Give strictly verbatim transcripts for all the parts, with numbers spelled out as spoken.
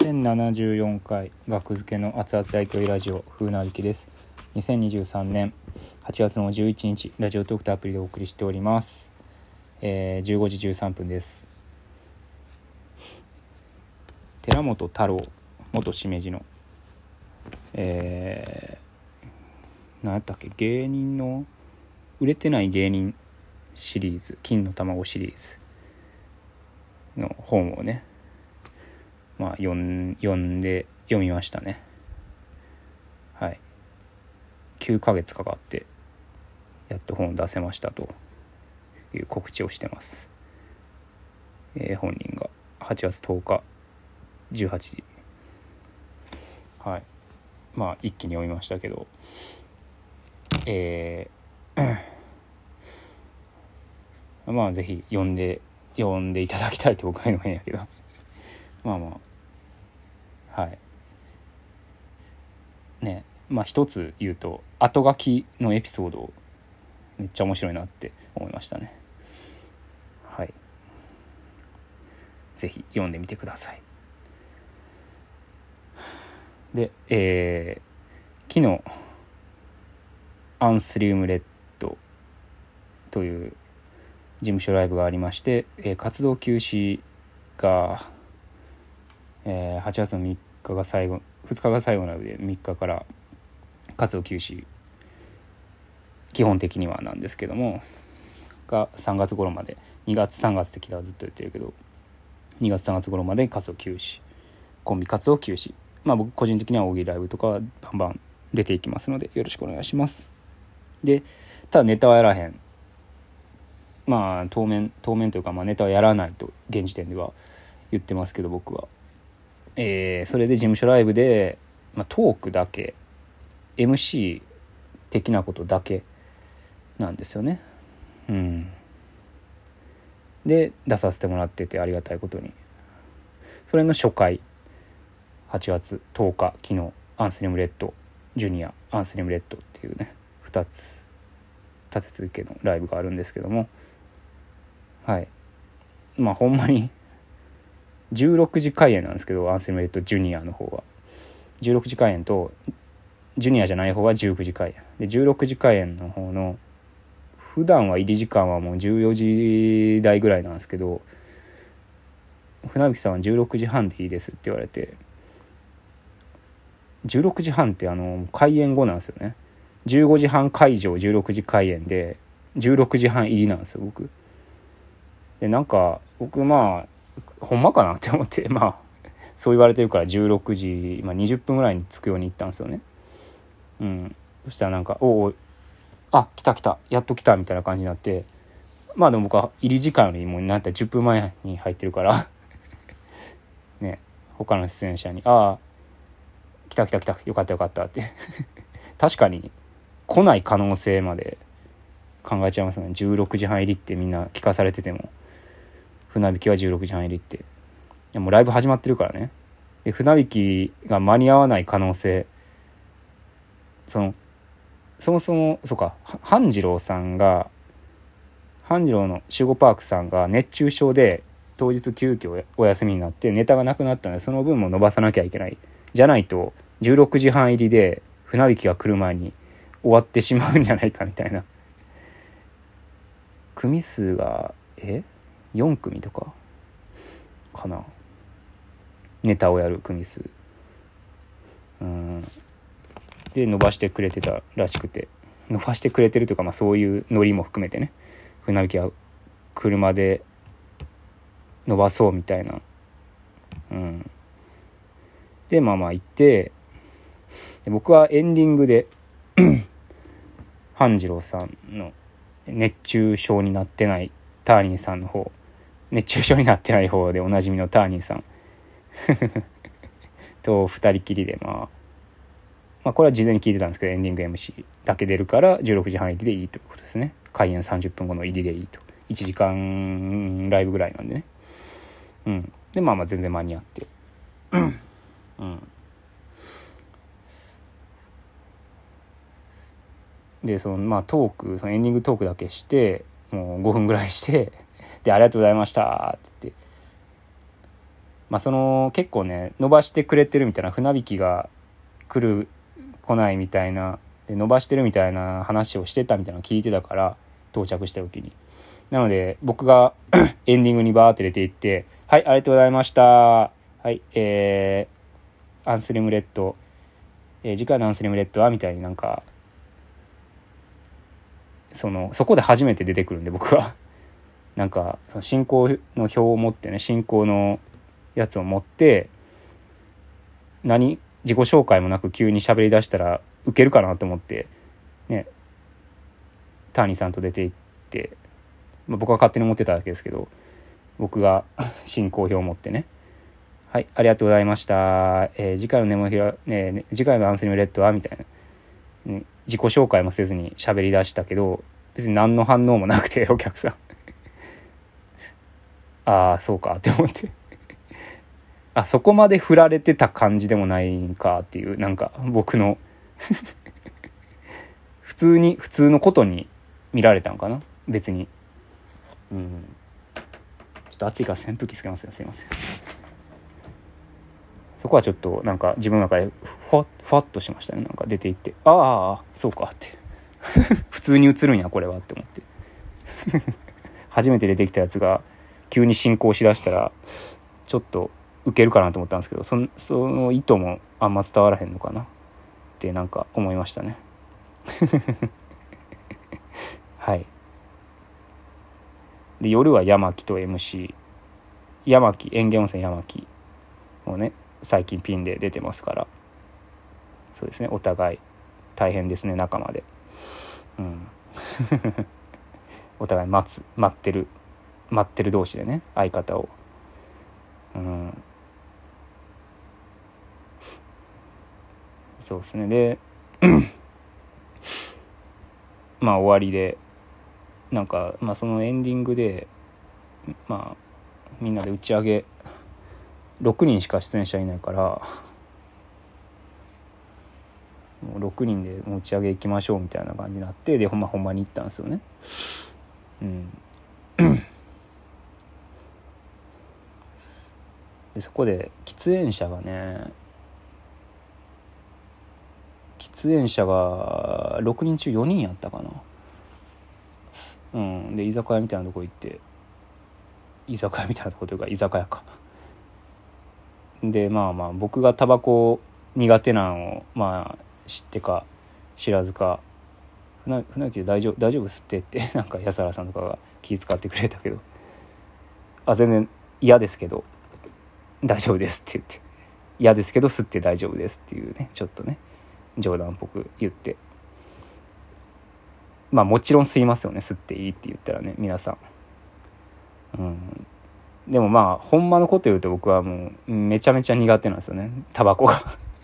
せんななじゅうよんかい学付けの熱々大教ラジオ風なびきです。にせんにじゅうさんねんはちがつのじゅういちにち、ラジオトークとアプリでお送りしております。えー、じゅうごじじゅうさんぷんです。寺本太郎元しめじのえー、何やったっけ芸人の売れてない芸人シリーズ、金の卵シリーズの本をね、まあ読ん、読んで読みましたね。はい。きゅうかげつかかってやっと本を出せましたという告知をしてます。えー、本人がはちがつとおかじゅうはちじ、はい。まあ一気に読みましたけど、えー、まあぜひ読んで読んでいただきたいって僕は言うの変やけどまあまあはいね。まあ一つ言うと、後書きのエピソードめっちゃ面白いなって思いましたね。はい。ぜひ読んでみてください。で、えー、昨日アンスリウムレッドという事務所ライブがありまして、えー、活動休止が、えー、はちがつのみっかが最後、ふつかが最後なのでみっかから活動休止、基本的にはなんですけども、がさんがつ頃まで、にがつさんがつってはずっと言ってるけど、にがつさんがつ頃まで活動休止、コンビ活動休止。まあ僕個人的には大喜利ライブとかバンバン出ていきますのでよろしくお願いします。で、ただネタはやらへん。まあ当面当面というか、まあネタはやらないと現時点では言ってますけど、僕は、えー、それで事務所ライブで、まあ、トークだけ エムシー 的なことだけなんですよね。うん。で出させてもらってて、ありがたいことにそれの初回、はちがつとおか、昨日アンスリムレッドジュニア、アンスリムレッドっていうね、ふたつ立て続けのライブがあるんですけども、はい。まあほんまにじゅうろくじ開演なんですけど、アンスリムレッドジュニアの方はじゅうろくじ開演と、ジュニアじゃない方はじゅうくじ開演で、じゅうろくじ開演の方の普段は入り時間はもうじゅうよじ台ぐらいなんですけど、船引さんはじゅうろくじはんでいいですって言われて、じゅうろくじはんってあの開演後なんですよね。じゅうごじはん会場、じゅうろくじ開演でじゅうろくじはん入りなんですよ僕で。なんか僕まあほんまかなって思って、まあそう言われてるからじゅうろくじ、まあ、にじゅっぷんぐらいに着くように行ったんですよね。うん。そしたらなんかおお、あ来た来たやっと来たみたいな感じになって、まあでも僕は入り時間よりもなんてじゅっぷんまえに入ってるからね、他の出演者にああ来た来た来たよかったよかったって確かに来ない可能性まで考えちゃいますね。じゅうろくじはん入りってみんな聞かされてても、船引きはじゅうろくじはん入りって、いやもうライブ始まってるからね。で船引きが間に合わない可能性、そのそもそもそうか、半次郎さんが半次郎のシュゴパークさんが熱中症で当日急遽お休みになってネタがなくなったので、その分も伸ばさなきゃいけない。じゃないとじゅうろくじはん入りで船引きが来る前に終わってしまうんじゃないかみたいな。組数がえよん組とかかな、ネタをやる組数。うんで伸ばしてくれてたらしくて、伸ばしてくれてるというか、まあそういうノリも含めてね、船引きは車で伸ばそうみたいな。うんでまあまあ行って、で僕はエンディングで半次郎さんの熱中症になってないターニーさんの方、熱中症になってない方でおなじみのターニーさんと二人きりで、まあ、まあこれは事前に聞いてたんですけど、エンディング エムシー だけ出るからじゅうろくじはん入りでいいということですね。開演さんじゅっぷんごの入りでいいと、いちじかんライブぐらいなんでね。うんでまあまあ全然間に合ってうんでそのまあトーク、そのエンディングトークだけしてもうごふんぐらいして、でありがとうございましたって言って、 まあその結構ね伸ばしてくれてるみたいな、船引きが来る来ないみたいなで伸ばしてるみたいな話をしてたみたいなの聞いてたから、到着した時に。なので僕がエンディングにバーって出ていって、はいありがとうございました、はいえー、アンスリムレッド、えー、次回のアンスリムレッドはみたいになんかそのそこで初めて出てくるんで、僕はなんかその進行の表を持ってね、進行のやつを持って何自己紹介もなく急に喋り出したらウケるかなと思ってね、ターニーさんと出て行って、まあ、僕は勝手に思ってただけですけど、僕が進行表を持ってね、はいありがとうございました、えー、次回のネモフィラ、ねね、次回のアンスリムレッドはみたいな、ね、自己紹介もせずに喋り出したけど別に何の反応もなくて、お客さんああそうかって思ってあそこまで振られてた感じでもないんかっていう、なんか僕の普通に普通のことに見られたんかな別に。うんちょっと暑いから扇風機つけますよ、すいません。そこはちょっとなんか自分の中でファッファッとしましたね。なんか出て行ってああそうかって普通に映るんやこれはって思って初めて出てきたやつが急に進行しだしたらちょっとウケるかなと思ったんですけど、その、その意図もあんま伝わらへんのかなってなんか思いましたねはいで夜は山木と エムシー 山木園芸温泉山木もね最近ピンで出てますから、そうですねお互い大変ですね仲間で、うんお互い待つ待ってる待ってる同士でね相方を、うんそうですね。でまあ終わりでなんかまあそのエンディングでまあみんなで打ち上げろくにんしか出演者いないからもうろくにんで打ち上げ行きましょうみたいな感じになって、でほんまほんまに行ったんですよね。うんでそこで喫煙者がね喫煙者がろくにん中よにんやったかな。うんで居酒屋みたいなとこ行って、居酒屋みたいなとこというか居酒屋かでまあまあ僕がタバコ苦手なのをまあ知ってか知らずか船木で大丈夫大丈夫吸ってってなんか安原さんとかが気遣ってくれたけど、あ全然嫌ですけど大丈夫ですって言って、嫌ですけど吸って大丈夫ですっていうね、ちょっとね冗談っぽく言って、まあもちろん吸いますよね、吸っていいって言ったらね皆さん。うんでもまあほんまのこと言うと僕はもうめちゃめちゃ苦手なんですよねタバコが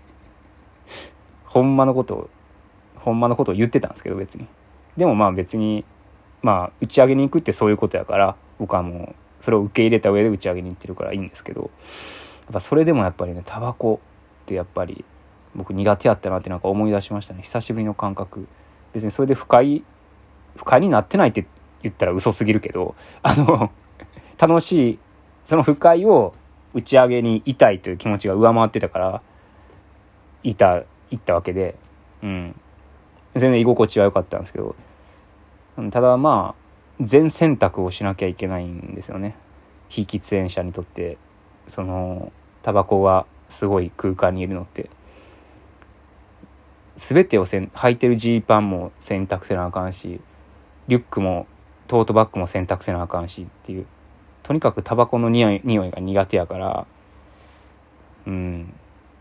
ほんまのことほんまのことを言ってたんですけど、別にでもまあ別にまあ打ち上げに行くってそういうことやから僕はもうそれを受け入れた上で打ち上げに行ってるからいいんですけど、やっぱそれでもやっぱりねタバコってやっぱり僕苦手やったなってなんか思い出しましたね、久しぶりの感覚。別にそれで不快不快になってないって言ったら嘘すぎるけど、あの楽しいその不快を打ち上げにいたいという気持ちが上回ってたからいた行ったわけで、うん全然居心地は良かったんですけど、ただまあ全選択をしなきゃいけないんですよね、非喫煙者にとって。そのタバコがすごい空間にいるのって全てをせん履いてるジーパンも選択せなあかんし、リュックもトートバッグも選択せなあかんしっていう、とにかくタバコの匂い、匂いが苦手やから、うん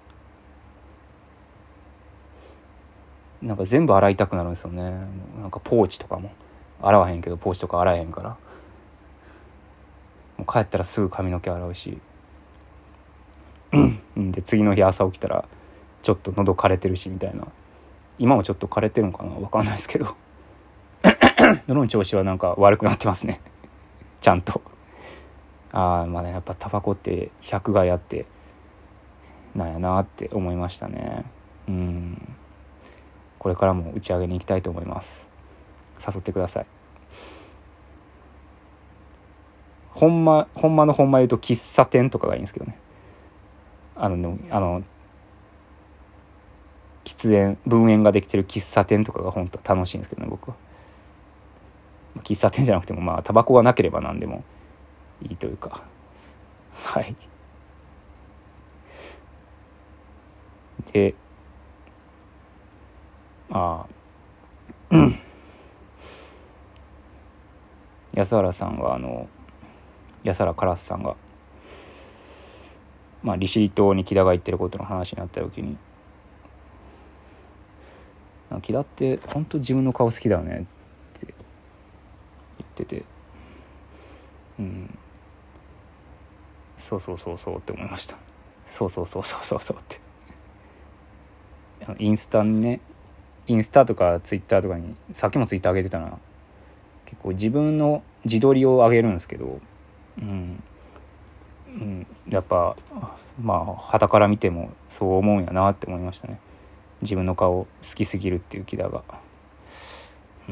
なんか全部洗いたくなるんですよね。なんかポーチとかも洗わへんけどポーチとか洗えへんから、もう帰ったらすぐ髪の毛洗うしで次の日朝起きたらちょっと喉枯れてるしみたいな。今もちょっと枯れてるのかな分かんないですけど喉の調子はなんか悪くなってますねちゃんと。ああまあねやっぱタバコって百害あってなんやなって思いましたね。うんこれからも打ち上げに行きたいと思います。誘ってください。ほんまほんまのほんま言うと喫茶店とかがいいんですけどね。 あのあの喫煙分煙ができてる喫茶店とかが本当楽しいんですけどね、僕は。喫茶店じゃなくてもまあタバコがなければ何でもいいというか、はい。でまあ、うん、安原さんがあの安原カラスさんが、まあ、利尻島に木田が言ってることの話になった時に、木田って本当自分の顔好きだよねって言ってて、うん、そうそうそうそうって思いました。そうそうそうそうそうそうってインスタにね、インスタとかツイッターとかに、さっきもツイッター上げてたな、結構自分の自撮りを上げるんですけど、うんうん、やっぱまあ傍から見てもそう思うんやなって思いましたね。自分の顔好きすぎるっていう木田が、うん、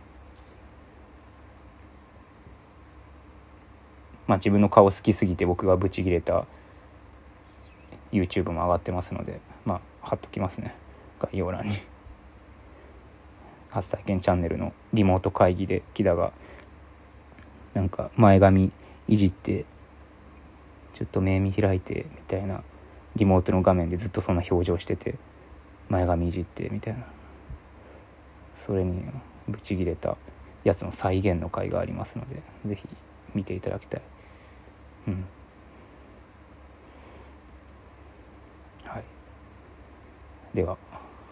まあ自分の顔好きすぎて僕がブチギレた YouTube も上がってますので、まあ貼っときますね、概要欄に。初体験チャンネルのリモート会議で木田がなんか前髪いじってちょっと目見開いてみたいな、リモートの画面でずっとそんな表情してて前髪いじってみたいな、それにブチギレたやつの再現の回がありますので、ぜひ見ていただきたい。うん、はい。では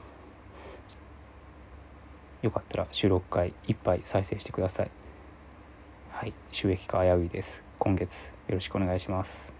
よかったら収録回いっぱい再生してください。はい、収益化危ういです。今月よろしくお願いします。